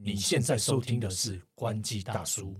你现在收听的是关机大叔。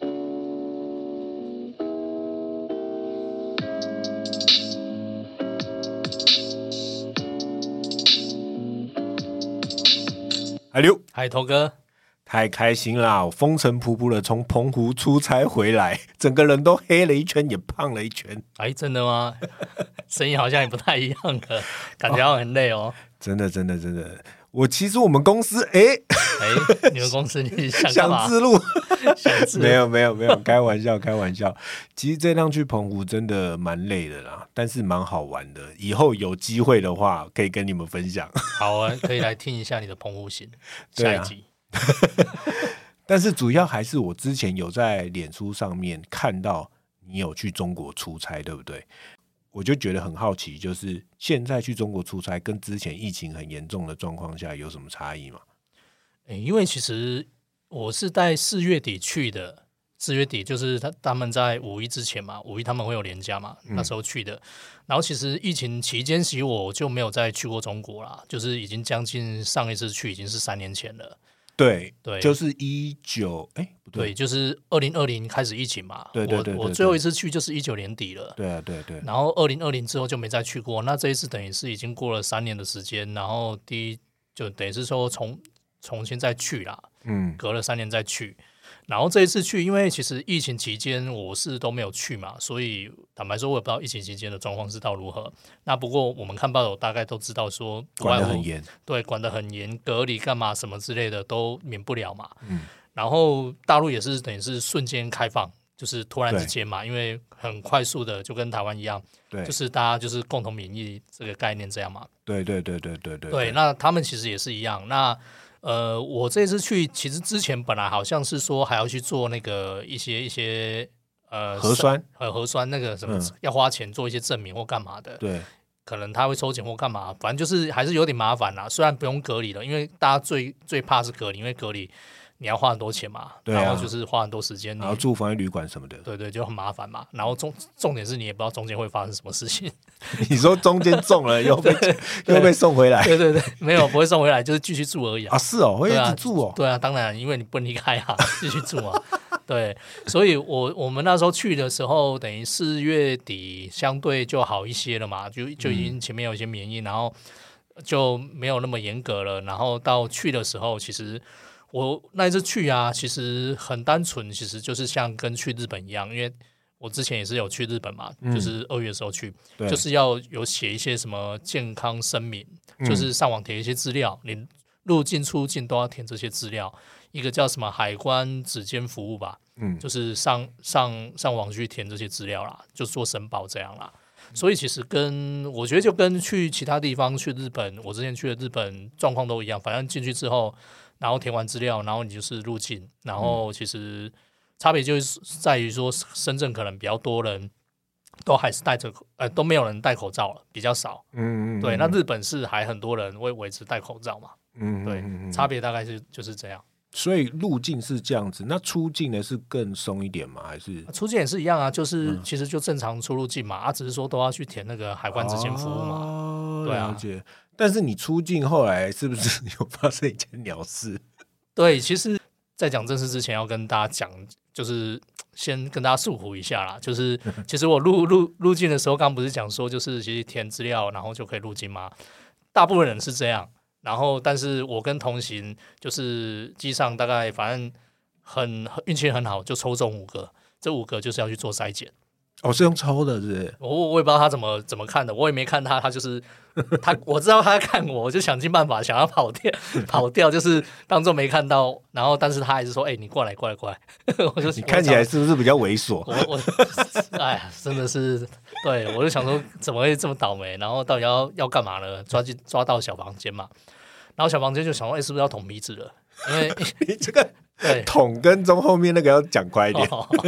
海流， 嗨，头哥， 太开心啦！我风尘仆仆的从澎湖出差回来，整个人都黑了一圈，也胖了一圈。 哎，真的吗？声音好像也不太一样了，感觉好像很累哦。 真的。其实我们公司， 你们公司你想干嘛？ 想自录， 想自录没有，开玩笑。其实这趟去澎湖真的蛮累的啦，但是蛮好玩的。以后有机会的话，可以跟你们分享。 好啊，可以来听一下你的澎湖行，下一集。 但是主要还是我之前有在脸书上面看到你有去中国出差，对不对？我就觉得很好奇，就是现在去中国出差跟之前疫情很严重的状况下有什么差异吗？ 因为其实我是在4月底去的，4月底就是他们在5一之前嘛，5一他们会有连假嘛，那时候去的。然后其实疫情期间，其实我就没有再去过中国啦，就是已经将近上一次去已经是3年前了。 对，就是不对，就是2020开始疫情嘛。 对， 我最后一次去就是19年底了。 对。 然后2020之后就没再去过，那这一次等于是已经过了3年的时间，然后就等于是说重新再去啦，隔了3年再去。然后这一次去，因为其实疫情期间我是都没有去嘛，所以坦白说我也不知道疫情期间的状况是到如何。那不过我们看报道大概都知道说管得很严， 对，管得很严，隔离干嘛什么之类的都免不了嘛。然后大陆也是等于是瞬间开放，就是突然之间嘛，因为很快速的就跟台湾一样，对，就是大家就是共同免疫这个概念这样嘛。对，那他们其实也是一样。那我这次去，其实之前本来好像是说还要去做那个一些核酸那个什么要花钱做一些证明或干嘛的， 对， 可能他会抽检或干嘛，反正就是还是有点麻烦啦。虽然不用隔离了，因为大家最怕是隔离，因为隔离你要花很多钱嘛，然后就是花很多时间， 然后住防疫旅馆什么的， 对，就很麻烦嘛。然后重点是你也不知道中间会发生什么事情。 你说中间中了又被送回来？ 对，没有不会送回来，就是继续住而已啊。 是哦，会一直住哦。 对啊，当然，因为你不能离开啊，继续住啊。对，所以我们那时候去的时候，等于4月底相对就好一些了嘛，就已经前面有一些免疫，然后就没有那么严格了。然后到去的时候，其实我那一次去啊，其实很单纯，其实就是像跟去日本一样，因为我之前也是有去日本嘛，就是2月的时候去，就是要有写一些什么健康声明，就是上网填一些资料，你入境出境都要填这些资料。一个叫什么海关指监服务吧，就是上网去填这些资料啦，就做申报这样啦。所以其实我觉得就跟去其他地方去日本，我之前去的日本状况都一样，反正进去之后，然后填完资料，然后你就是入境，然后其实差别就是在于说深圳可能比较多人都还是都没有人戴口罩了，比较少。对，那日本是还很多人会维持戴口罩嘛。对，差别大概就是这样。 所以入境是这样子，那出境呢是更松一点吗？还是出境也是一样啊？就是其实就正常出入境嘛，只是说都要去填那个海关指监服务嘛。对啊， 了解。但是你出境后来是不是有发生一件鸟事？ 对，其实，在讲正事之前，要跟大家讲，就是先跟大家诉苦一下啦。就是其实我入境的时候，刚不是讲说，就是其实填资料，然后就可以入境吗？大部分人是这样。然后，但是我跟同行就是机上大概反正运气很好，就抽中5个，这5个就是要去做筛检。 是用抽的，是不是？ 我也不知道他怎么看的，我也没看他就是我知道他在看我，就想尽办法想要跑掉，就是当做没看到。然后，但是他还是说：“你过来。”我就你看起来是不是比较猥琐？ 哎呀，真的是，对，我就想说怎么会这么倒霉？然后到底要干嘛呢？抓到小房间嘛。然后小房间就想说：“是不是要捅鼻子了？”因为你这个捅跟中后面那个要讲快一点。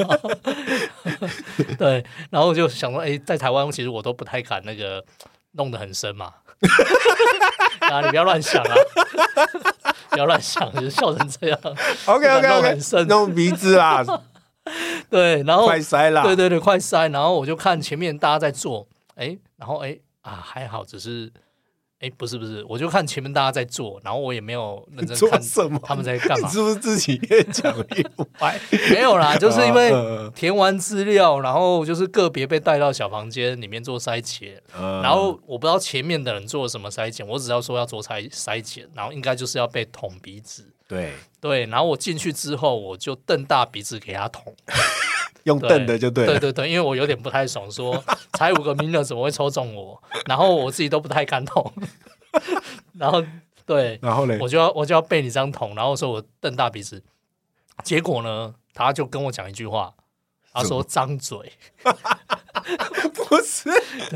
对，然后我就想说，在台湾其实我都不太敢那个弄得很深嘛。你不要乱想啊，不要乱想，就笑成这样。 OK， 弄很深， 弄鼻子啦。 对，然后快塞啦。 对，快塞。然后我就看前面大家在做，然后还好，只是不是，我就看前面大家在做，然后我也没有认真做看什么他们在干嘛。 你是不是自己越讲越歪？ 没有啦，就是因为填完资料，然后就是个别被带到小房间里面做筛检，然后我不知道前面的人做什么筛检，我只要说要做筛检，然后应该就是要被捅鼻子。对，然后我进去之后，我就瞪大鼻子给他捅。 用瞪的就对了。 对，因为我有点不太爽，说才5个名额怎么会抽中我？然后我自己都不太敢捅，然后对， 然后嘞， 我就要被你这样捅，然后说我瞪大鼻子，结果呢，他就跟我讲一句话，他说张嘴， 不是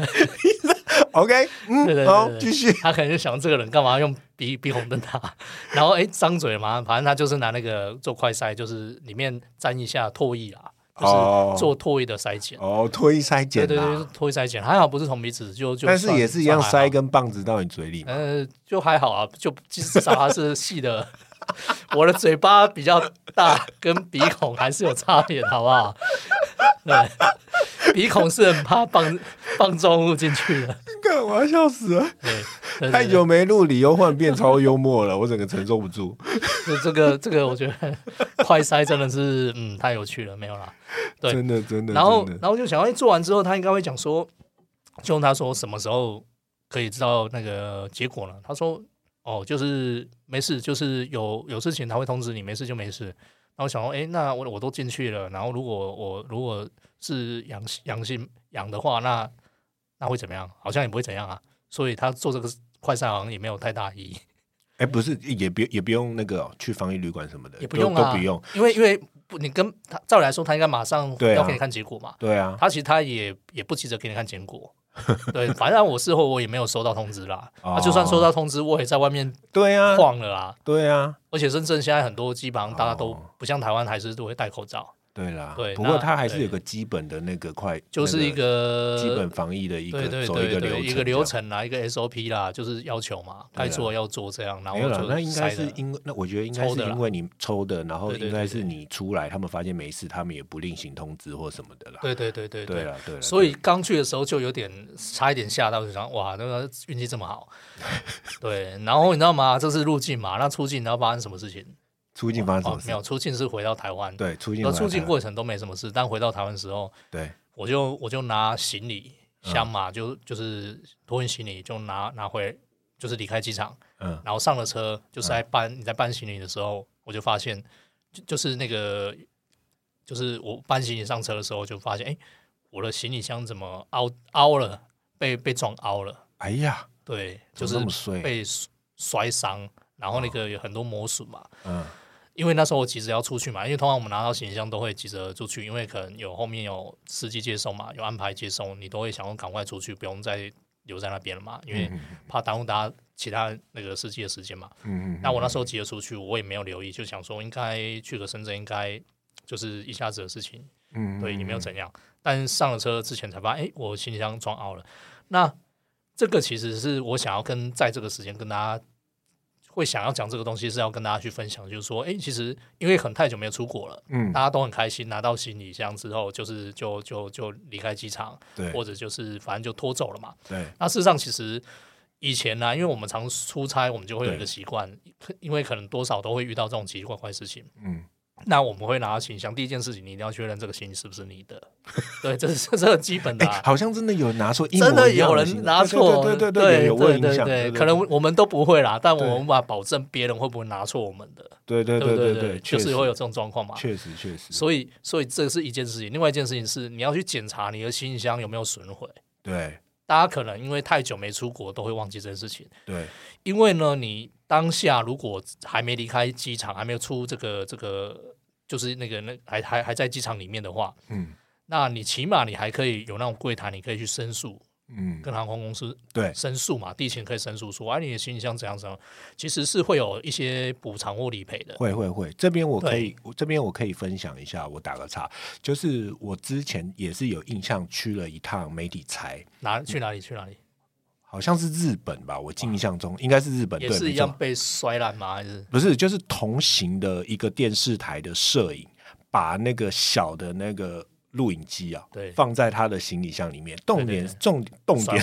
，OK， 对， 好，继续。 他可能就想这个人干嘛用鼻孔瞪他，然后张嘴嘛，反正他就是拿那个做快筛，就是里面沾一下唾液啦。就是做唾液的筛检唾液筛检， 对，唾液筛检还好，不是捅鼻子，就但是也是一样塞一根棒子到你嘴里嘛。 就还好啊，就至少它是细的。我的嘴巴比较大，跟鼻孔还是有差别的，好不好？对，鼻孔是很怕放重物进去的。 干，我要笑死了。 对， 太久没录，理由忽然变超幽默了，我整个承受不住。 这个，我觉得快筛真的是太有趣了，没有啦。对， 真的。 然后就想要做完之后，他应该会讲说，就问他说什么时候可以知道那个结果呢？他说就是没事，就是有事情他会通知你，没事就没事。然后想说，那我都进去了，然后如果是阳的话，那会怎么样？好像也不会怎样啊。所以他做这个快筛好像也没有太大意义。 不是，也不用那个去防疫旅馆什么的， 也不用啊， 都不用， 因为你跟他照理来说，他应该马上要给你看结果嘛。 对啊， 他其实他也不急着给你看结果。对，反正我事后我也没有收到通知啦。就算收到通知，我也在外面晃了啦。 对啊， 而且深圳现在很多基本上大家都不像台湾，还是都会戴口罩。 对啦， 对， 不过它还是有个基本的那个就是一个基本防疫的一个一个流程啦，一个 SOP 啦，就是要求嘛，该做要做这样。然后那应该是那我觉得应该是因为你抽的，然后应该是你出来，他们发现没事，他们也不另行通知或什么的啦。 对啦。 所以刚去的时候就有点差一点吓到，就想哇，那个运气这么好。对，然后你知道吗？这是入境嘛，那出境你知道发生什么事情？ 出境发生什么事？ 没有，出境是回到台湾。 对，出境过程都没什么事，但回到台湾的时候， 对， 我就拿行李箱嘛，就是托运行李，就拿回，就是离开机场，然后上了车，就是你在搬行李的时候，我就发现，就是那个，就是我搬行李上车的时候，就发现，我的行李箱怎么凹了，被撞凹了。 哎呀， 对，就是被摔伤，然后那个有很多磨损嘛。因为那时候我急着要出去嘛，因为通常我们拿到行李箱都会急着出去，因为可能后面有司机接送嘛，有安排接送，你都会想要赶快出去，不用再留在那边了嘛，因为怕耽误大家其他那个司机的时间嘛。那我那时候急着出去，我也没有留意，就想说应该去个深圳，应该就是一下子的事情，对，也没有怎样。但上了车之前才发现，我行李箱撞凹了。那这个其实是我想要在这个时间跟大家。会想要讲这个东西是要跟大家去分享，就是说，其实因为很太久没有出国了，大家都很开心，拿到行李箱之后，就是就离开机场，或者就是反正就拖走了嘛。 对， 那事实上其实以前呢，因为我们常出差，我们就会有一个习惯，因为可能多少都会遇到这种奇奇怪怪的事情。那我们会拿到行李箱，第一件事情你一定要确认这个行李是不是你的，对，这是这个基本的、 好像真的有拿错， 真的有人拿错， 对，有我印象， 可能我们都不会啦，但我们无法保证别人会不会拿错我们的， 对， 就是会有这种状况嘛， 确实， 所以这是一件事情，另外一件事情是你要去检查你的行李箱有没有损毁， 对。 大家可能因为太久没出国，都会忘记这件事情。 对， 因为呢，你当下如果还没离开机场，还没有出这个，就是还在机场里面的话，那你起码你还可以有那种柜台，你可以去申诉。跟航空公司申诉嘛，地勤可以申诉说，你的行李箱怎样怎样，其实是会有一些补偿或理赔的。 会，这边我可以分享一下，我打个岔，就是我之前也是有印象去了一趟媒体差， 去哪里？ 好像是日本吧，我印象中应该是日本， 也是一样被摔烂吗？还是不是？就是同行的一个电视台的摄影，把那个小的那个录影机啊，放在他的行李箱里面，重点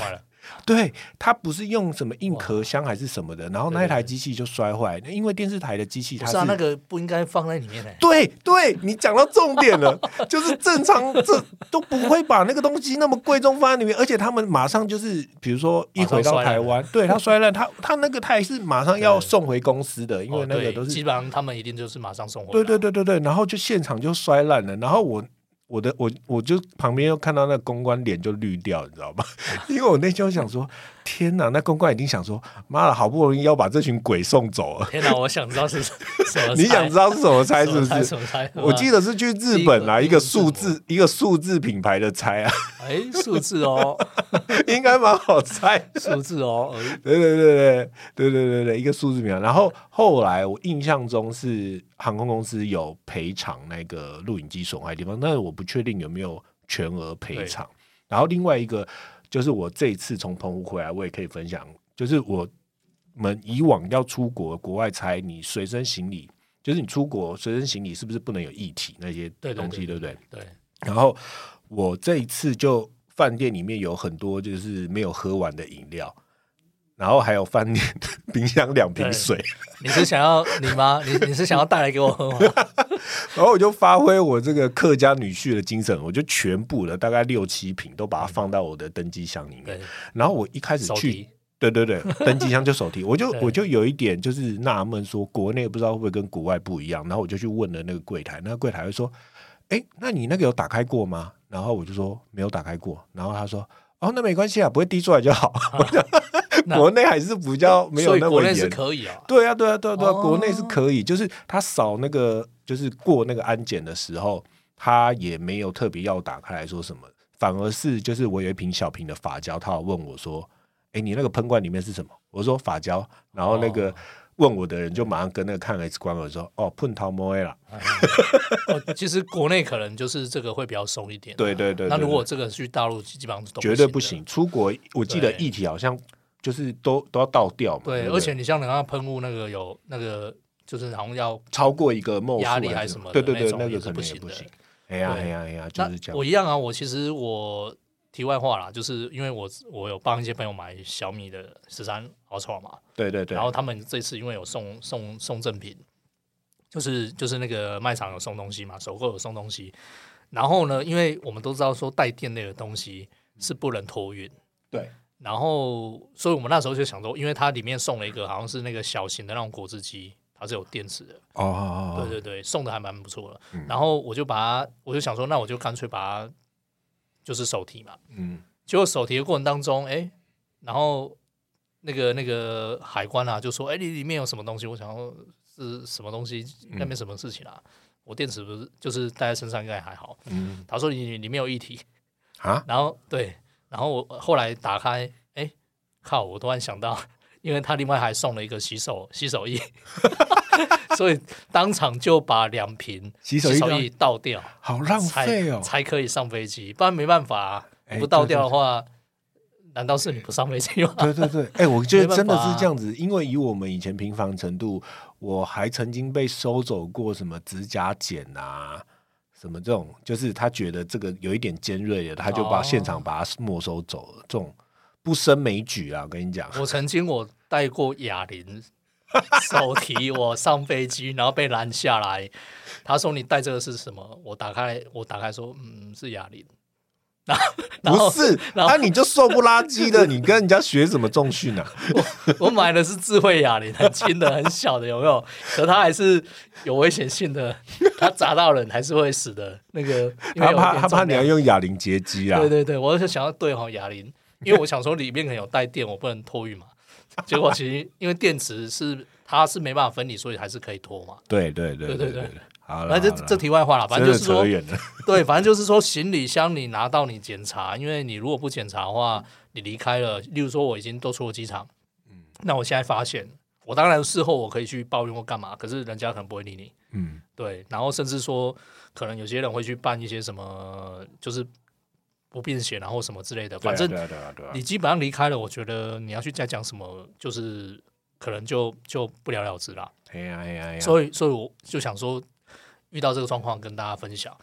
对，它不是用什么硬壳箱还是什么的，然后那一台机器就摔坏，因为电视台的机器它是那个不应该放在里面对对，你讲到重点了，就是正常这都不会把那个东西那么贵重放在里面，而且他们马上就是比如说一回到台湾，对，它摔烂，它那个它也是马上要送回公司的，因为那个都是基本上他们一定就是马上送回来，对，然后就现场就摔烂了，然后我就旁边又看到那公关脸就绿掉，你知道吗？因为我那时候想说，天哪，那公关已经想说，妈的，好不容易要把这群鬼送走了。 天哪，我想知道是什么， 你想知道是什么猜是不是？ 什么猜？ 我记得是去日本啦，一个数字品牌的猜啊。 数字哦， 应该蛮好猜， 数字哦， 对，一个数字品牌。然后后来我印象中是航空公司有赔偿那个录影机损坏的地方，但是我不确定有没有全额赔偿。然后另外一个就是我这一次从澎湖回来，我也可以分享，就是我们以往要出国外猜你随身行李，就是你出国随身行李是不是不能有液体那些东西，对不对？ 对。 然后我这一次就饭店里面有很多就是没有喝完的饮料，然后还有饭店冰箱2瓶水。 你是想要你吗？你是想要带来给我喝吗？ 然后我就发挥我这个客家女婿的精神，我就全部的大概6-7瓶都把它放到我的登机箱里面。然后我一开始去，对，登机箱就手提，我就有一点就是纳闷，说国内不知道会不会跟国外不一样。然后我就去问了那个柜台，那个柜台会说：“那你那个有打开过吗？”然后我就说没有打开过。然后他说：“哦，那没关系啊，不会滴出来就好。”国内还是比较没有那么严，所以国内是可以啊。 对啊，国内是可以，就是他扫那个，就是过那个安检的时候，他也没有特别要打开来说什么，反而是就是我有一瓶小瓶的发胶，他有问我说：“你那个喷罐里面是什么？”我说发胶，然后那个问我的人就马上跟那个看 X 光的说：“哦，喷桃膜啦。” 其实国内可能就是这个会比较松一点。 对。 那如果这个去大陆，基本上都绝对不行。出国我记得液体好像就是都要倒掉嘛。 对，而且你像你刚刚喷雾那个有那个，就是好像要超过一个压力还是什么的， 对，那个可能也不行。哎呀，就是这样。 我一样啊，我其实题外话啦，就是因为我有帮一些朋友买小米的13 Ultra 嘛， 对， 然后他们这次因为有送赠品，就是那个卖场有送东西嘛，首购有送东西，然后呢，因为我们都知道说带电类的东西是不能托运， 对， 然后所以我们那时候就想说，因为它里面送了一个好像是那个小型的那种果汁机，它是有电池的，对，送的还蛮不错的，然后我就想说，那我就干脆把它就是手提嘛，结果手提的过程当中，然后那个海关啊就说，你里面有什么东西？我想说是什么东西？应该没什么事情啊，我电池不是就是带在身上应该还好。他说你里面有液体啊，然后对，然后我后来打开，靠！我突然想到，因为他另外还送了一个洗手液，所以当场就把2瓶洗手液倒掉， 好浪费哦， 才可以上飞机，不然没办法啊，不倒掉的话。难道是你不上飞机吗？ 对，我觉得真的是这样子，因为以我们以前频繁程度，我还曾经被收走过什么指甲剪啊，什么这种，就是他觉得这个有一点尖锐的，他就现场把它没收走了，这种不胜枚举啊！我跟你讲， 我曾经带过哑铃手提，我上飞机，然后被拦下来，他说你带这个是什么？我打开说，是哑铃。 不是，那你就瘦不拉几的，你跟人家学什么重训啊？ 我买的是智慧哑铃，很轻的、很小的，有没有？可它还是有危险性的，它砸到人还是会死的。那个他怕你要用哑铃截击啊。 对，我就想要对哑铃，因为我想说里面可能有带电，我不能托运嘛。结果其实因为电池它是没办法分离，所以还是可以拖嘛。 对。 好，那这题外话了，反正就是说， 对， 反正就是说，行李箱你拿到你检查，因为你如果不检查的话，你离开了，例如说我已经都出了机场，那我现在发现，我当然事后我可以去抱怨或干嘛，可是人家可能不会理你，对，然后甚至说，可能有些人会去办一些什么，就是不便险然后什么之类的，反正你基本上离开了，我觉得你要去再讲什么，就是可能就不了了之啦。所以我就想说。遇到这个状况跟大家分享，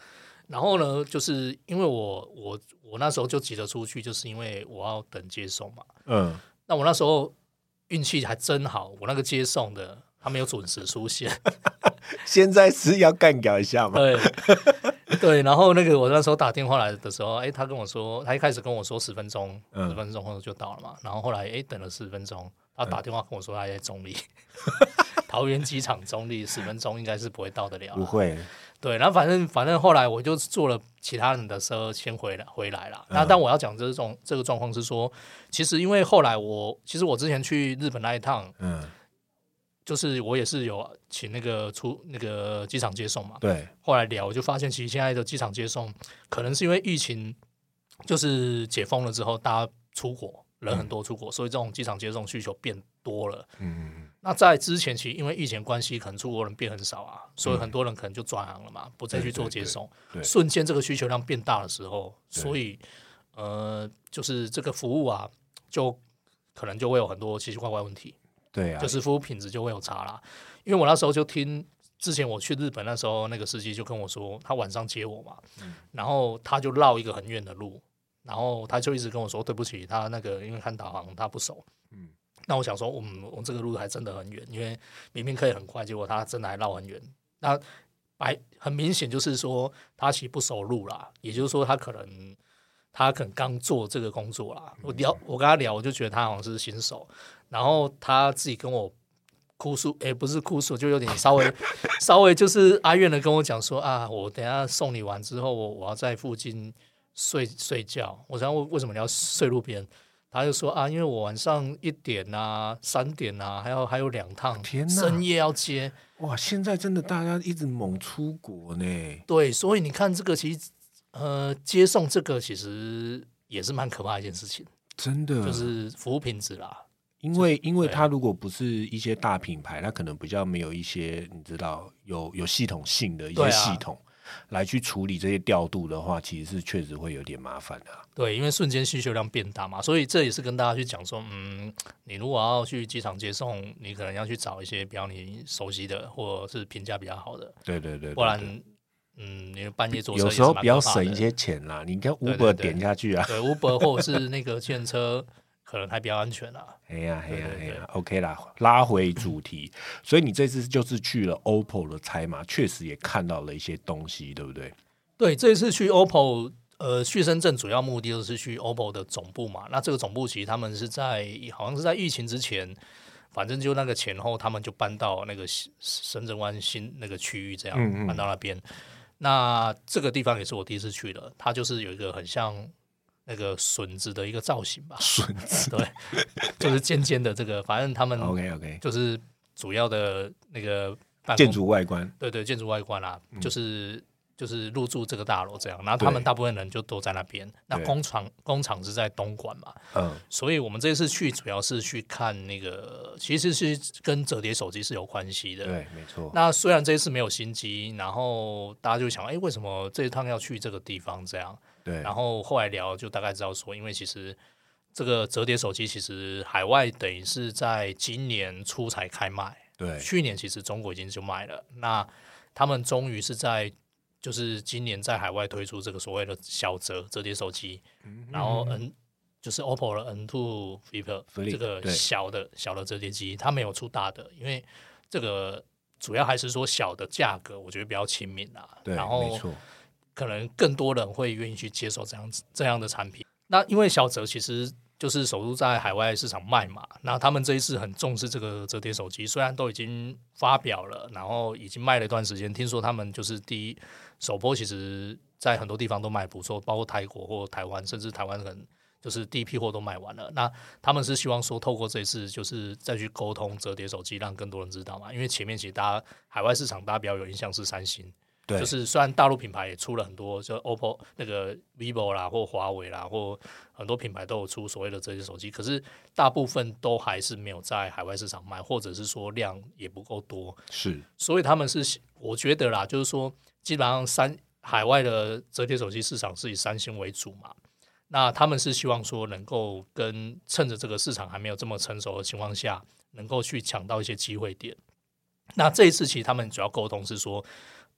然后呢，就是因为我那时候就急着出去，就是因为我要等接送嘛。那我那时候运气还真好，我那个接送的他没有准时出现。 现在是要干掉一下嘛？ 对，然后那个我那时候打电话来的时候，他跟我说，他一开始跟我说10分钟，10分钟后就到了嘛。然后后来等了10分钟，他打电话跟我说他在中立，桃园机场中立10分钟应该是不会到得了， 不会。 对，然后反正后来我就坐了其他人的车先回来了。那但我要讲这个状况是说，其实因为后来其实我之前去日本那一趟，就是我也是有请那个机场接送嘛。 对。 后来聊我就发现，其实现在的机场接送可能是因为疫情就是解封了之后，大家出国人很多出国，所以这种机场接送需求变多了。那在之前其实因为疫情关系，可能出国人变很少啊，所以很多人可能就转行了嘛，不再去做接送。瞬间这个需求量变大的时候，所以就是这个服务啊，就可能就会有很多奇奇怪怪问题。 对啊， 就是服务品质就会有差啦。因为我那时候就听之前我去日本那时候，那个司机就跟我说，他晚上接我嘛，然后他就绕一个很远的路，然后他就一直跟我说对不起，他那个因为看导航他不熟。那我想说，我这个路还真的很远，因为明明可以很快，结果他真的还绕很远。那很明显就是说他其实不熟路啦，也就是说他可能刚做这个工作啦。我跟他聊，我就觉得他好像是新手，然后他自己跟我哭诉，不是哭诉，就有点稍微就是哀怨的跟我讲说啊，我等一下送你完之后，我要在附近睡觉。我想为什么你要睡路边？他就说啊，因为我晚上1点啊、3点啊，还有2趟深夜要接。 哇，现在真的大家一直猛出国呢。 对，所以你看这个其实接送这个其实也是蛮可怕的一件事情， 真的就是服务品质啦。 因为它如果不是一些大品牌，它可能比较没有一些你知道有系统性的一些系统来去处理这些调度的话，其实是确实会有点麻烦的。 对，因为瞬间需求量变大嘛，所以这也是跟大家去讲说，你如果要去机场接送，你可能要去找一些比较你熟悉的，或者是评价比较好的。 对， 不然你半夜坐车有时候比较省一些钱啦。你看 Uber 点下去啊， 对 Uber 或者是那个计程车。可能还比较安全啦。 哎呀 ，OK 啦，拉回主题。所以你这次就是去了 OPPO 的采马，确实也看到了一些东西，对不对？ 对，这次去 OPPO，去深圳主要目的就是去 OPPO 的总部嘛。那这个总部其实他们好像是在疫情之前，反正就那个前后，他们就搬到那个深圳湾新那个区域，这样搬到那边。那这个地方也是我第一次去的，它就是有一个很像那个笋子的一个造型吧， 笋子对，就是尖尖的这个，反正他们 OK 就是主要的那个建筑外观， 对，建筑外观啦，就是入住这个大楼这样，然后他们大部分人就都在那边。那工厂是在东莞嘛，所以我们这次去主要是去看那个，其实是跟折叠手机是有关系的， 对，没错。 那虽然这一次没有新机，然后大家就想，为什么这一趟要去这个地方这样？ 对， 然后后来聊就大概知道说，因为其实这个折叠手机其实海外等于是在今年初才开卖， 对， 去年其实中国已经就卖了，那他们终于是在就是今年在海外推出这个所谓的小折叠手机，然后就是 OPPO 的 N2 Flip 这个小的折叠机，它没有出大的，因为这个主要还是说小的价格我觉得比较亲民啦， 对， 然后没错， 可能更多人会愿意去接受这样的产品。那因为小折其实就是首度在海外市场卖嘛，那他们这一次很重视这个折叠手机，虽然都已经发表了，然后已经卖了一段时间，听说他们就是首波其实在很多地方都卖不错，包括泰国或台湾，甚至台湾可能就是第一批货都卖完了。那他们是希望说透过这一次就是再去沟通折叠手机，让更多人知道嘛，因为前面其实大家海外市场大家比较有印象是三星， 对， 就是虽然大陆品牌也出了很多，就 OPPO 那个 vivo 啦，或华为啦，或很多品牌都有出所谓的这些手机，可是大部分都还是没有在海外市场卖，或者是说量也不够多， 是， 所以他们是我觉得啦，就是说基本上海外的折叠手机市场是以三星为主嘛，那他们是希望说能够趁着这个市场还没有这么成熟的情况下，能够去抢到一些机会点。那这一次其实他们主要沟通是说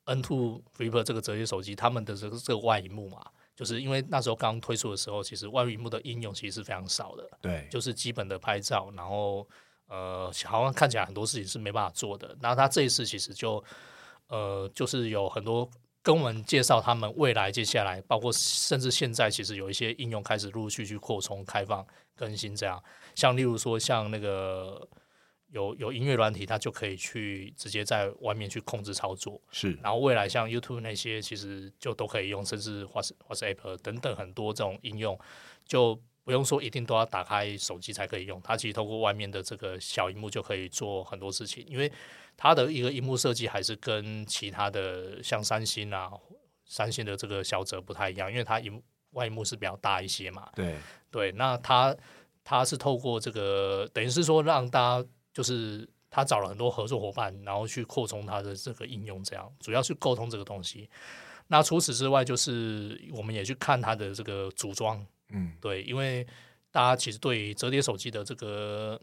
N2 Flipper 这个折叠手机，他们的这个外萤幕嘛，就是因为那时候刚推出的时候，其实外萤幕的应用其实是非常少的， 对， 就是基本的拍照，然后好像看起来很多事情是没办法做的。那他这一次其实就是有很多跟我们介绍他们未来接下来，包括甚至现在，其实有一些应用开始陆陆续续扩充、开放、更新这样。像例如说，像那个有音乐软体，它就可以去直接在外面去控制操作。 是， 然后未来像 YouTube 那些，其实就都可以用，甚至 WhatsApp 等等很多这种应用，就不用说一定都要打开手机才可以用。它其实透过外面的这个小萤幕就可以做很多事情，因为它的一个萤幕设计还是跟其他的像三星的这个小折不太一样，因为它外萤幕是比较大一些嘛。对，那它是透过这个，等于是说让大家就是他找了很多合作伙伴，然后去扩充它的这个应用，这样主要去沟通这个东西。那除此之外，就是我们也去看它的这个组装，对，因为大家其实对于折叠手机的这个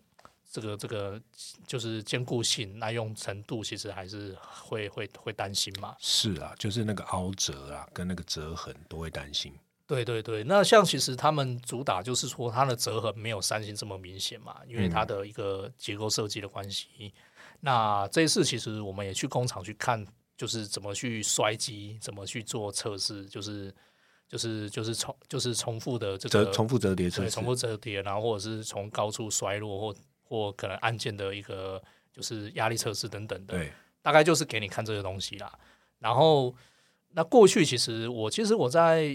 就是坚固性、耐用程度，其实还是会担心嘛。 是啊，就是那个凹折啊，跟那个折痕都会担心。 对对对，那像其实他们主打就是说它的折痕没有三星这么明显嘛，因为它的一个结构设计的关系。那这一次其实我们也去工厂去看，就是怎么去摔机，怎么去做测试，就是重复的这个重复折叠测试， 重复折叠，然后或者是从高处摔落，或可能按键的一个就是压力测试等等的， 对， 大概就是给你看这个东西啦。然后那过去其实我在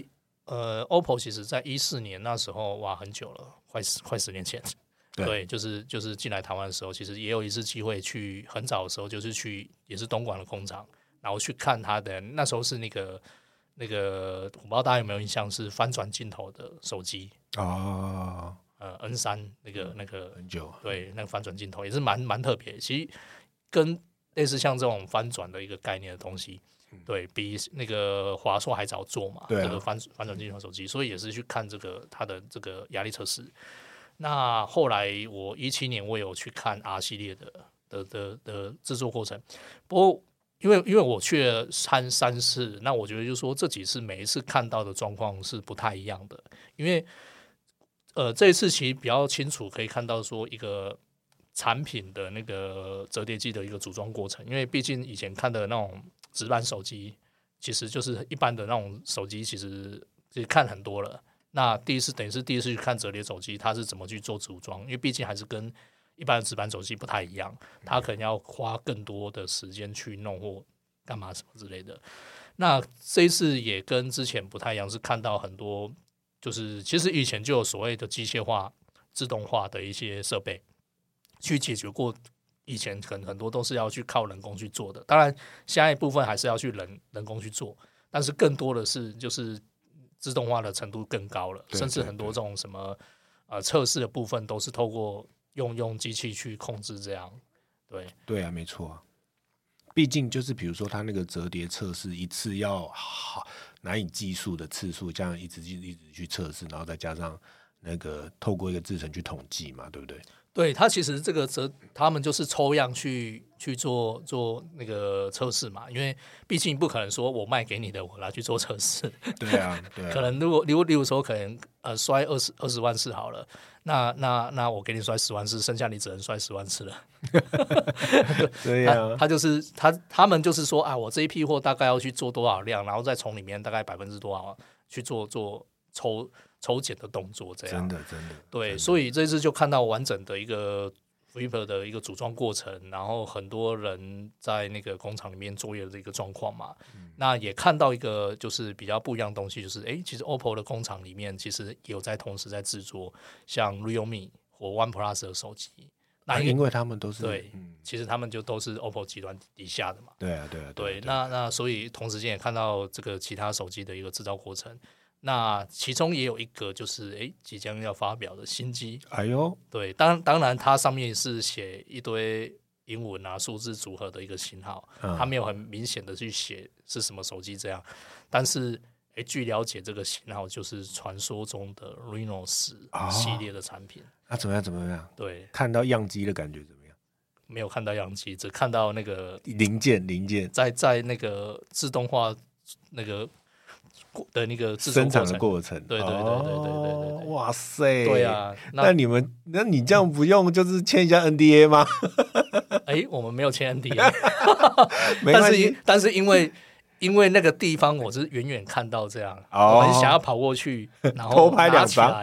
OPPO 其实在14年那时候，哇，很久了，快10年前。对，就是进来台湾的时候，其实也有一次机会去，很早的时候就是去，也是东莞的工厂，然后去看它的，那时候是那个我不知道大家有没有印象，是翻转镜头的手机哦 ，N3 那个很久， 对，那个翻转镜头也是蛮特别，其实跟类似像这种翻转的一个概念的东西。对，比那个华硕还早做嘛，这个翻转镜头手机，所以也是去看它的这个压力测试。那后来我17年我有去看 R 系列的制作过程，不过因为我去了三次，那我觉得就是说这几次每一次看到的状况是不太一样的，因为这一次其实比较清楚可以看到说一个产品的那个折叠机的一个组装过程，因为毕竟以前看的那种直板手机，其实就是一般的那种手机，其实看很多了。那等于是第一次去看折叠手机，它是怎么去做组装，因为毕竟还是跟一般的直板手机不太一样，它可能要花更多的时间去弄或干嘛什么之类的。那这一次也跟之前不太一样，是看到很多就是其实以前就有所谓的机械化、自动化的一些设备去解决过。以前可能很多都是要去靠人工去做的，当然现在一部分还是要去人工去做，但是更多的是就是自动化的程度更高了，甚至很多这种什么测试的部分都是透过用机器去控制这样。对啊，没错啊。毕竟就是比如说它那个折叠测试一次要难以计数的次数，这样一直去测试，然后再加上那个透过一个制程去统计嘛，对不对？ 对，它其实这个他们就是抽样去做那个测试嘛，因为毕竟不可能说我卖给你的我拿去做测试。 对啊， 可能例如说可能摔20万次好了，那我给你摔10万次，剩下你只能摔10万次了。 对啊， 他们就是说啊，我这一批货大概要去做多少量，然后再从里面大概多少去做抽检的动作，这样真的对，所以这次就看到完整的一个 Flipper 的一个组装过程，然后很多人在那个工厂里面作业的一个状况嘛。那也看到一个就是比较不一样的东西，就是其实 OPPO 的工厂里面其实也有同时在制作像 Realme 或 OnePlus 的手机。那因为他们都是对，其实他们就都是 OPPO 集团底下的嘛。 对， 那所以同时间也看到这个其他手机的一个制造过程。那其中也有一个就是即将要发表的新机， 哎呦， 对，当然它上面是写一堆英文啊数字组合的一个型号，它没有很明显的去写是什么手机这样，但是据了解这个型号就是传说中的 Reno 10系列的产品。 怎么样？ 对， 看到样机的感觉怎么样？ 没有看到样机，只看到那个零件在那个自动化那个的那个制作生产的过程。 对， 哇塞， 对啊， 那你这样不用就是签一下 NDA 吗？ 我们没有签 NDA 没关系， 但是因为那个地方我是远远看到这样，我很想要跑过去，然后偷拍2张。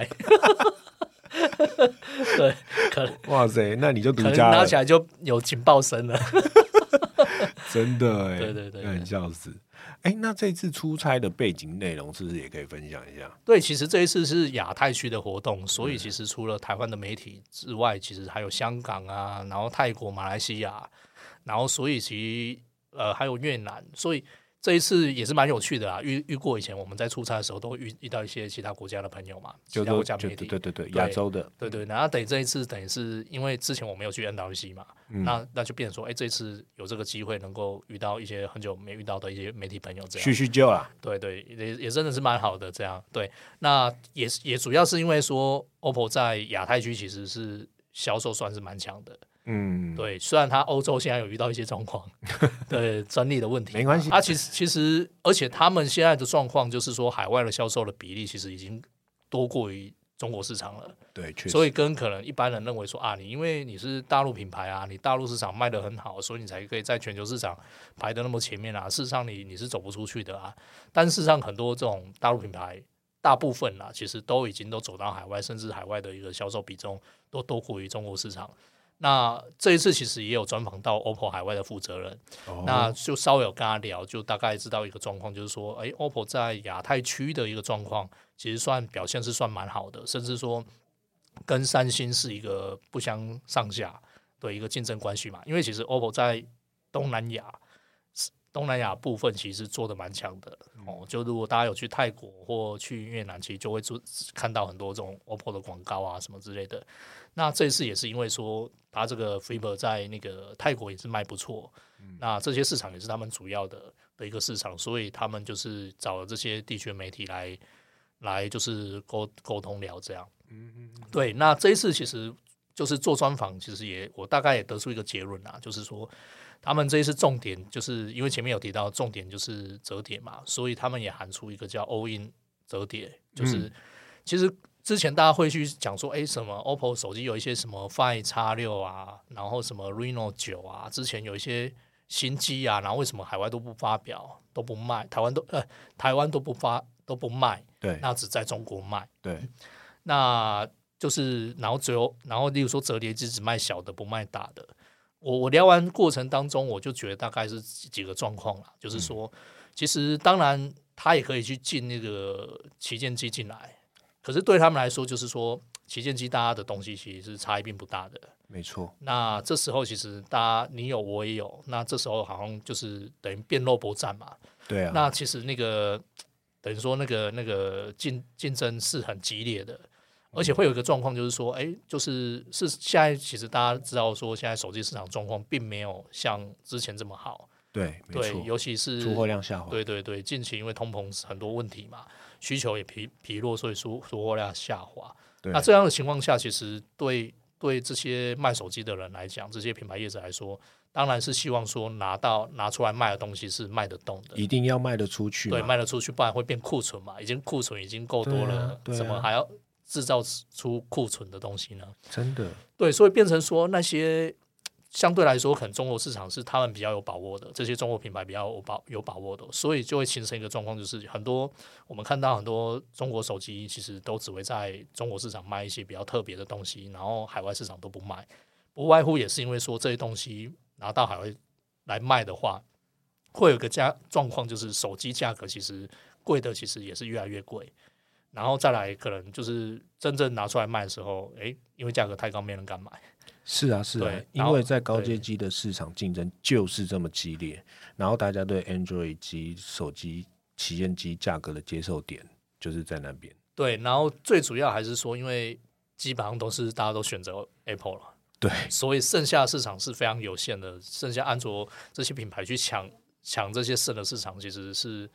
对，可能哇塞，那你就独可能家了， 拿起来就有警报声了。 真的哎， 对， 很笑死。那这次出差的背景内容是不是也可以分享一下？ 对，其实这一次是亚太区的活动，所以其实除了台湾的媒体之外，其实还有香港啊，然后泰国、马来西亚，然后所以其实还有越南，所以这一次也是蛮有趣的啦。遇过以前我们在出差的时候，都遇到一些其他国家的朋友嘛，其他国家媒体， 对，亚洲的， 对。然后等于这一次，等于是因为之前我没有去 NWC 嘛，那就变成说，这次有这个机会能够遇到一些很久没遇到的一些媒体朋友，这样叙旧啦。 对，也真的是蛮好的这样。对，那也主要是因为说 OPPO 在亚太区其实是销售算是蛮强的。对，虽然它欧洲现在有遇到一些状况，对专利的问题， 没关系。 它其实，而且他们现在的状况就是说，海外的销售的比例其实已经多过于中国市场了。 对，确实。 所以跟可能一般人认为说你因为你是大陆品牌啊，你大陆市场卖得很好，所以你才可以在全球市场排得那么前面啊。事实上你是走不出去的啊。但事实上很多这种大陆品牌，大部分其实都已经走到海外，甚至海外的一个销售比重都多过于中国市场。那这一次其实也有专访到 OPPO 海外的负责人，那就稍微有跟他聊，就大概知道一个状况，就是说OPPO 在亚太区的一个状况其实表现是算蛮好的，甚至说跟三星是一个不相上下的一个竞争关系嘛。因为其实 OPPO 在东南亚部分其实做的蛮强的就如果大家有去泰国或去越南，其实就会看到很多这种 OPPO 的广告啊什么之类的。那这次也是因为说它这个 Fiber 在那个泰国也是卖不错，那这些市场也是他们主要的一个市场，所以他们就是找了这些地区媒体来就是沟通聊这样。对，那这一次其实就是做专访，其实我大概也得出一个结论啦，就是说他们这一次重点就是因为前面有提到重点就是折叠嘛，所以他们也喊出一个叫 All In 折叠，就是其实之前大家会去讲说什么 OPPO 手机有一些什么 Find X6 啊，然后什么 Reno 9啊，之前有一些新机啊，然后为什么海外都不发表都不卖，台湾都不卖， 对， 那只在中国卖， 对， 那就是然后例如说折叠机只卖小的不卖大的。我聊完过程当中，我就觉得大概是几个状况啦，就是说其实当然他也可以去进那个旗舰机进来，可是对他们来说就是说旗舰机大家的东西其实是差异并不大的， 没错。 那这时候其实大家你有我也有，那这时候好像就是等于变肉搏战嘛。 对啊， 那其实那个等于说那个竞争是很激烈的，而且会有一个状况就是说就是现在其实大家知道说现在手机市场状况并没有像之前这么好。 对，没错， 尤其是出货量下滑。 对，近期因为通膨很多问题嘛，需求也疲弱，所以出货量下滑。那这样的情况下，其实对这些卖手机的人来讲，这些品牌业者来说，当然是希望说拿出来卖的东西是卖得动的， 一定要卖得出去。 对，卖得出去，不然会变库存嘛。库存已经够多了，怎么还要制造出库存的东西呢？ 真的， 对，所以变成说那些。相对来说，可能中国市场是他们比较有把握的，这些中国品牌比较有把握的，所以就会形成一个状况，就是我们看到很多中国手机其实都只会在中国市场卖一些比较特别的东西，然后海外市场都不卖，不外乎也是因为说这些东西拿到海外来卖的话，会有一个状况，就是手机价格其实贵的其实也是越来越贵，然后再来可能就是真正拿出来卖的时候，因为价格太高，没人敢买。 是啊，因为在高阶机的市场竞争就是这么激烈，然后大家对 Android 机手机旗舰机价格的接受点就是在那边。 对，然后最主要还是说，因为基本上大家都选择 Apple 了， 对， 所以剩下的市场是非常有限的，剩下安卓这些品牌去抢这些剩的市场，其实是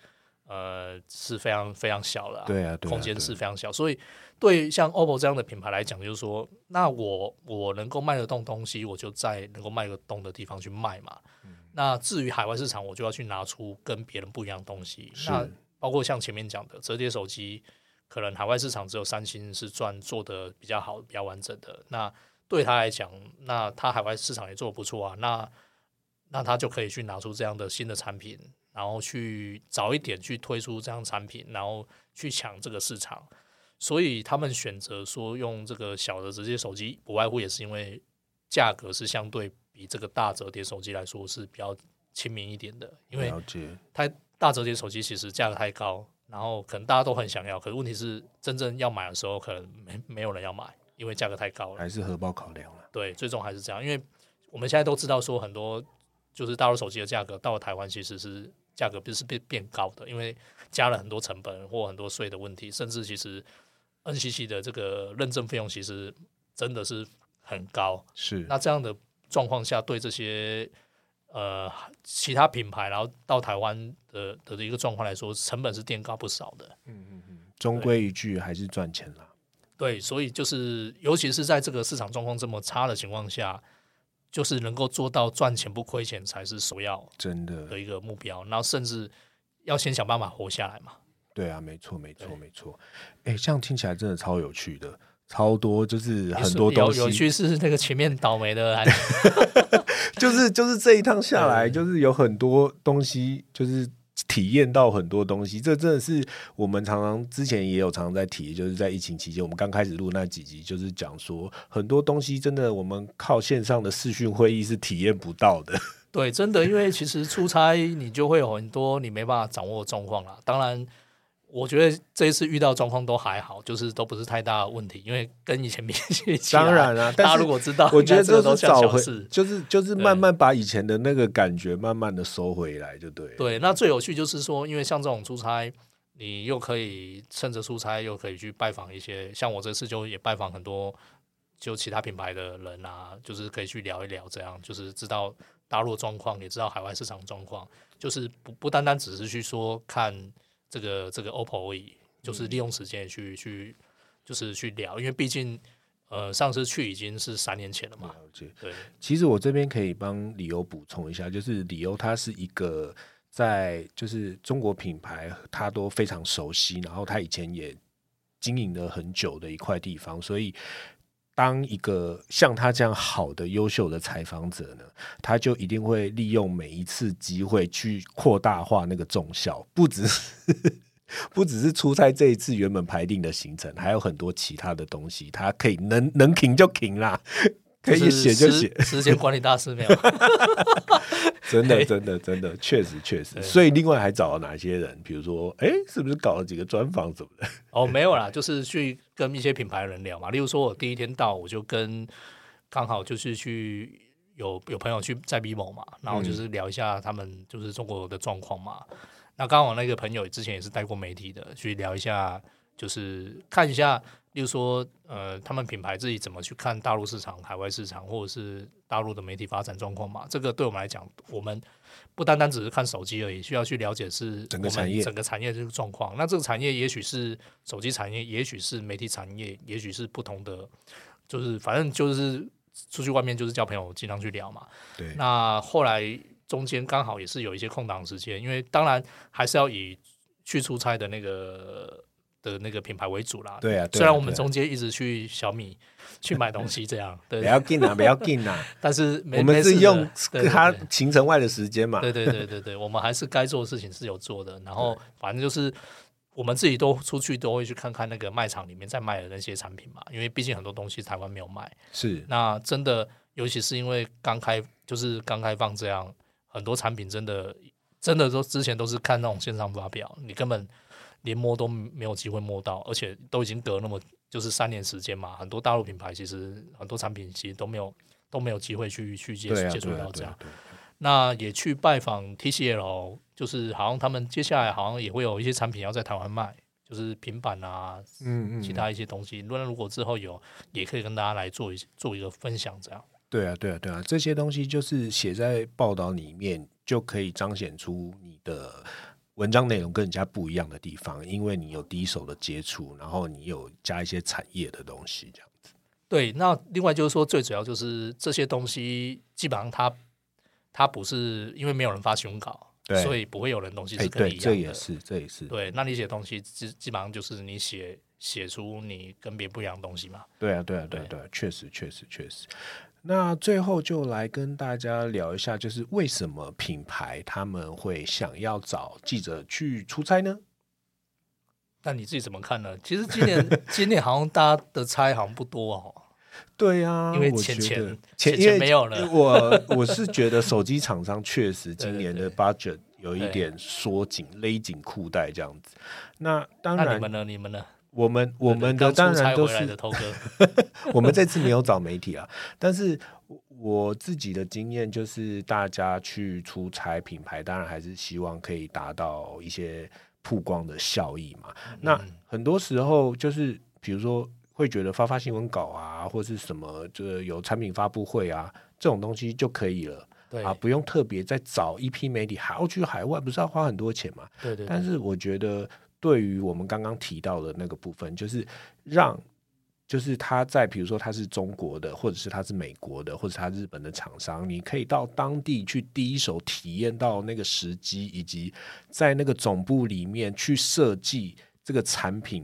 是非常非常小了， 对啊， 空间是非常小，所以对像 OPPO 这样的品牌来讲，就是说，那我能够卖得动东西，我就在能够卖得动的地方去卖嘛。那至于海外市场，我就要去拿出跟别人不一样的东西。那包括像前面讲的折叠手机，可能海外市场只有三星是做的比较好、比较完整的。那对他来讲，那他海外市场也做得不错啊。那他就可以去拿出这样的新的产品，然后去早一点去推出这样的产品，然后去抢这个市场。所以他们选择说用这个小的折叠手机，不外乎也是因为价格是相对比这个大折叠手机来说是比较亲民一点的。因为大折叠手机其实价格太高，然后可能大家都很想要，可是问题是真正要买的时候，可能没有人要买，因为价格太高了， 还是荷包考量了。 对，最终还是这样，因为我们现在都知道说很多就是大陆手机的价格到了台湾其实是价格不是变高的，因为加了很多成本或很多税的问题，甚至其实 NCC 的这个认证费用其实真的是很高。 是， 那这样的状况下，对这些其他品牌然后到台湾的一个状况来说，成本是垫高不少的。 终归一句还是赚钱啦。 对，所以就是尤其是在这个市场状况这么差的情况下，就是能够做到赚钱不亏钱才是首要真的一个目标，然后甚至要先想办法活下来嘛。 对啊，没错。这样听起来真的超有趣的，超多就是很多东西。 有趣是那个前面倒霉的还就是这一趟下来，就是有很多东西，就是体验到很多东西。这真的是我们之前也有常常在提，就是在疫情期间，我们刚开始录那几集，就是讲说很多东西真的我们靠线上的视讯会议是体验不到的。 对，真的，因为其实出差你就会有很多你没办法掌握的状况啦。当然我觉得这一次遇到状况都还好，就是都不是太大的问题，因为跟以前比起来， 当然啊， 大家如果知道， 我觉得这都是找回，就是慢慢把以前的那个感觉慢慢的收回来，就对了。 对，那最有趣就是说，因为像这种出差，你又可以趁着出差，又可以去拜访一些，像我这次就也拜访很多就其他品牌的人啊，就是可以去聊一聊，这样就是知道大陆状况，也知道海外市场状况，就是不单单只是去说看这个 OPPO 而已，就是利用时间就是去聊，因为毕竟上次去已经是3年前了嘛。对， 其实我这边可以帮李欧补充一下，就是李欧他是一个在就是中国品牌他都非常熟悉，然后他以前也经营了很久的一块地方，所以当一个像他这样好的优秀的采访者呢，他就一定会利用每一次机会去扩大化那个重效，不只是出差这一次原本排定的行程，还有很多其他的东西，他可以能停就停啦，可以写就写， 时间管理大师没有真的确实。所以另外还找了哪些人？比如说是不是搞了几个专访什么的？ 没有啦，就是去跟一些品牌人聊嘛。例如说我第一天到，我就刚好就是去有朋友去在 Vivo 嘛，然后就是聊一下他们就是中国的状况嘛。那刚好那个朋友之前也是带过媒体的，去聊一下，就是看一下，例如说他们品牌自己怎么去看大陆市场、海外市场，或者是大陆的媒体发展状况嘛。这个对我们来讲，我们不单单只是看手机而已，需要去了解是整个产业这个状况。那这个产业也许是手机产业，也许是媒体产业，也许是不同的，就是反正就是出去外面就是交朋友，尽量去聊嘛。 对。 那后来中间刚好也是有一些空档时间，因为当然还是要以去出差的那个品牌为主啦。 对啊， 虽然我们中间一直去小米去买东西，这样对， 不要紧啊， 但是我们是用他行程外的时间嘛。 对，我们还是该做的事情是有做的。然后反正就是我们自己都出去都会去看看那个卖场里面在卖的那些产品嘛，因为毕竟很多东西台湾没有卖。 是， 那真的，尤其是因为刚开放这样，很多产品真的都之前都是看那种线上发表，你根本连摸都没有机会摸到，而且都已经隔那么就是3年时间嘛，很多大陆品牌其实很多产品其实都没有机会去接触到这样。那也去拜访 TCL， 就是好像他们接下来好像也会有一些产品要在台湾卖，就是平板啊，其他一些东西。如果之后有，也可以跟大家来做一个分享，这样。 对啊，这些东西就是写在报道里面，就可以彰显出你的文章内容跟人家不一样的地方，因为你有第一手的接触，然后你有加一些产业的东西这样子。 对，那另外就是说，最主要就是这些东西基本上它不是因为没有人发新闻稿，所以不会有人东西是跟你一样的。 对，这也是。 对，那你写东西基本上就是你写出你跟别人不一样的东西嘛。 对，确实。那最后就来跟大家聊一下，就是为什么品牌他们会想要找记者去出差呢？ 那你自己怎么看呢？其实今年好像大家的差好像不多哦。 对啊， 因为钱没有了。 我是觉得手机厂商确实今年的 budget 有一点缩紧，勒紧裤带这样子。那当然， 那你们呢？ 我们的当然都是头哥我们这次没有找媒体啊，但是我自己的经验就是，大家去出差，品牌当然还是希望可以达到一些曝光的效益嘛。那很多时候就是比如说会觉得发新闻稿啊，或是什么就有产品发布会啊，这种东西就可以了。 对啊，不用特别再找一批媒体还要去海外，不是要花很多钱嘛？ 对。 但是我觉得，对于我们刚刚提到的那个部分，就是就是他在比如说他是中国的，或者是他是美国的，或者是他日本的厂商，你可以到当地去第一手体验到那个时机，以及在那个总部里面去设计这个产品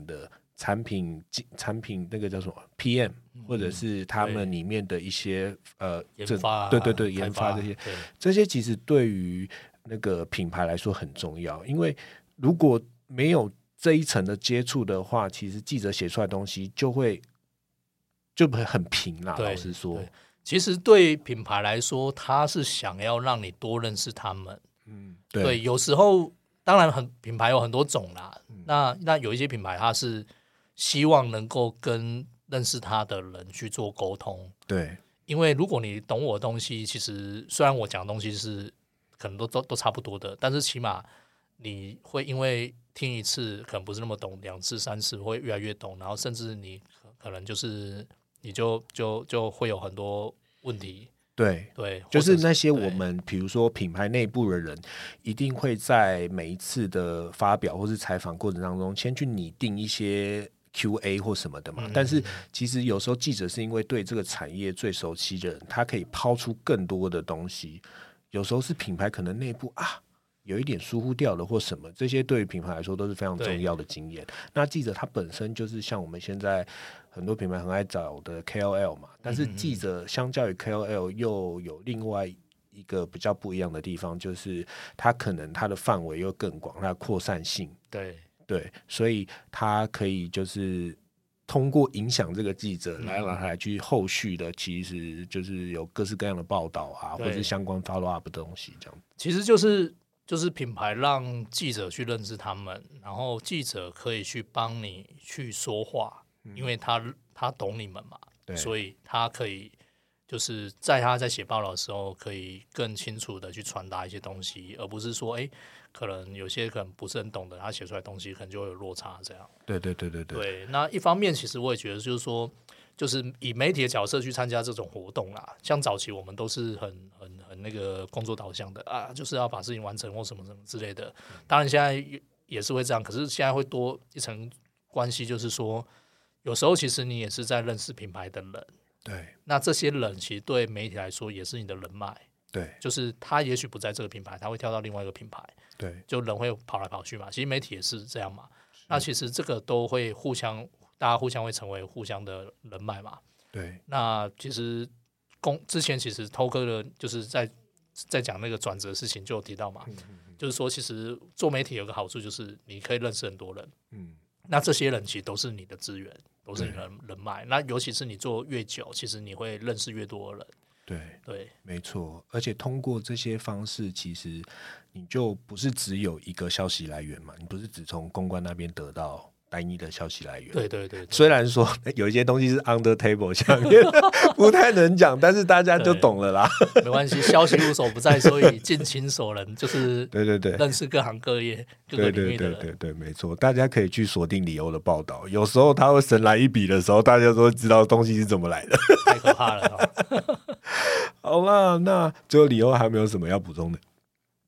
那个叫什么 PM，或者是他们里面的一些研发， 对研发这些其实对于那个品牌来说很重要，因为如果没有这一层的接触的话，其实记者写出来的东西就会很平啦。老实说， 其实对品牌来说，他是想要让你多认识他们。对，有时候当然品牌有很多种啦。那有一些品牌它是希望能够跟认识他的人去做沟通。 对， 因为如果你懂我的东西，其实虽然我讲的东西是可能都差不多的，但是起码你会因为听一次可能不是那么懂，2次3次会越来越懂，然后甚至你可能就是你就会有很多问题。对， 就是那些我们比如说品牌内部的人一定会在每一次的发表或是采访过程当中先去拟定一些 QA 或什么的嘛。但是其实有时候记者是因为对这个产业最熟悉的人，他可以抛出更多的东西，有时候是品牌可能内部有一点疏忽掉了或什么，这些对于品牌来说都是非常重要的经验。那记者他本身就是像我们现在很多品牌很爱找的 KOL 嘛，但是记者相较于 KOL 又有另外一个比较不一样的地方，就是他可能他的范围又更广，他的扩散性。对，所以他可以就是通过影响这个记者来去后续的，其实就是有各式各样的报道啊，或者是相关 follow up 的东西这样。 其实就是品牌让记者去认识他们，然后记者可以去帮你去说话，因为他懂你们嘛，所以他可以就是他在写报道的时候可以更清楚的去传达一些东西，而不是说可能有些可能不是很懂的，他写出来的东西可能就会有落差这样。对，那一方面其实我也觉得就是说，就是以媒体的角色去参加这种活动啦，像早期我们都是很那个工作导向的啊，就是要把事情完成或什么什么之类的。当然现在也是会这样，可是现在会多一层关系，就是说有时候其实你也是在认识品牌的人。 对， 那这些人其实对媒体来说也是你的人脉。 对， 就是他也许不在这个品牌，他会跳到另外一个品牌。 对， 就人会跑来跑去嘛，其实媒体也是这样嘛。那其实这个都会大家互相会成为互相的人脉嘛。 对， 那其实之前其实偷哥的就是在讲那个转折的事情就有提到嘛，就是说其实做媒体有个好处就是你可以认识很多人，那这些人其实都是你的资源，都是你的人脉。那尤其是你做越久，其实你会认识越多的人。对， 没错。而且通过这些方式，其实你就不是只有一个消息来源嘛，你不是只从公关那边得到单一的消息来源。 对。 虽然说有一些东西是 under table 下面不太能讲，但是大家就懂了啦。 没关系，消息无所不在，所以尽情所能，就是对， 认识各行各业各个领域的人。 对，没错。大家可以去锁定理由的报道，有时候他会神来一笔的时候，大家都知道东西是怎么来的。 太可怕了。 好啦，那最后理由还没有什么要补充的。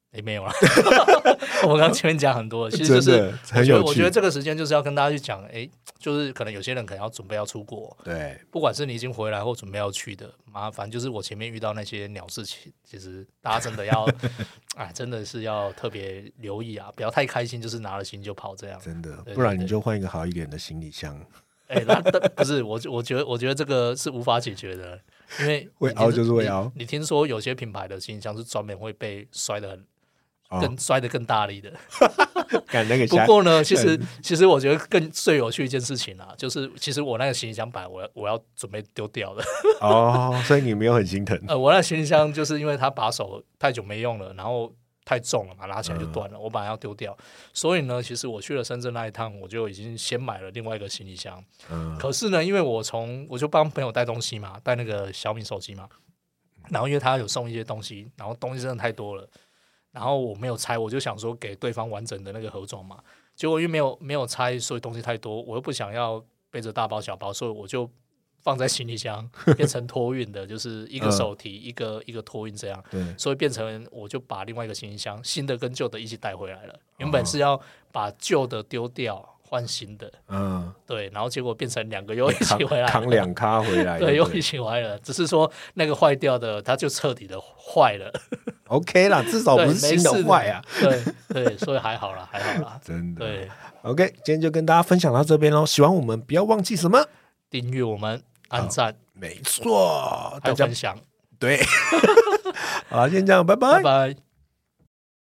没有啦。我刚刚前面讲很多，其实就是很有趣。 我觉得这个时间就是要跟大家去讲，就是可能有些人可能要准备要出国， 对， 不管是你已经回来或准备要去的，麻烦就是我前面遇到那些鸟事情，其实大家真的要，真的是要特别留意啊，不要太开心，就是拿了行李就跑这样， 真的， 对， 不然你就换一个好一点的行李箱。 那不是我觉得这个是无法解决的，因为会凹就是会凹。 你听说有些品牌的行李箱是专门会被摔得摔得更大力的。不过呢，其实我觉得最有趣一件事情啊，就是其实我那个行李箱板我要准备丢掉的。 所以你没有很心疼。 我那行李箱就是因为它把手太久没用了，然后太重了嘛，拿起来就断了，我本来要丢掉。所以呢，其实我去了深圳那一趟，我就已经先买了另外一个行李箱。可是呢，因为我就帮朋友带东西嘛，带那个小米手机嘛，然后因为他有送一些东西，然后东西真的太多了。然后我没有拆，我就想说给对方完整的那个盒装嘛，结果因为没有拆，所以东西太多，我又不想要背着大包小包，所以我就放在行李箱，变成托运的，就是一个手提一个托运这样，所以变成我就把另外一个行李箱新的跟旧的一起带回来了，原本是要把旧的丢掉换新的，对，然后结果变成两个又一起回来了， 扛两咖回来， 对，又一起回来了，只是说那个坏掉的它就彻底的坏了。 OK 啦，至少不是新的坏啊。 对，所以还好啦， 真的。 对 ，OK， 今天就跟大家分享到这边咯。喜欢我们不要忘记什么？ 订阅我们，按赞， 没错， 还有分享。 对，好，先这样，拜拜， 拜拜。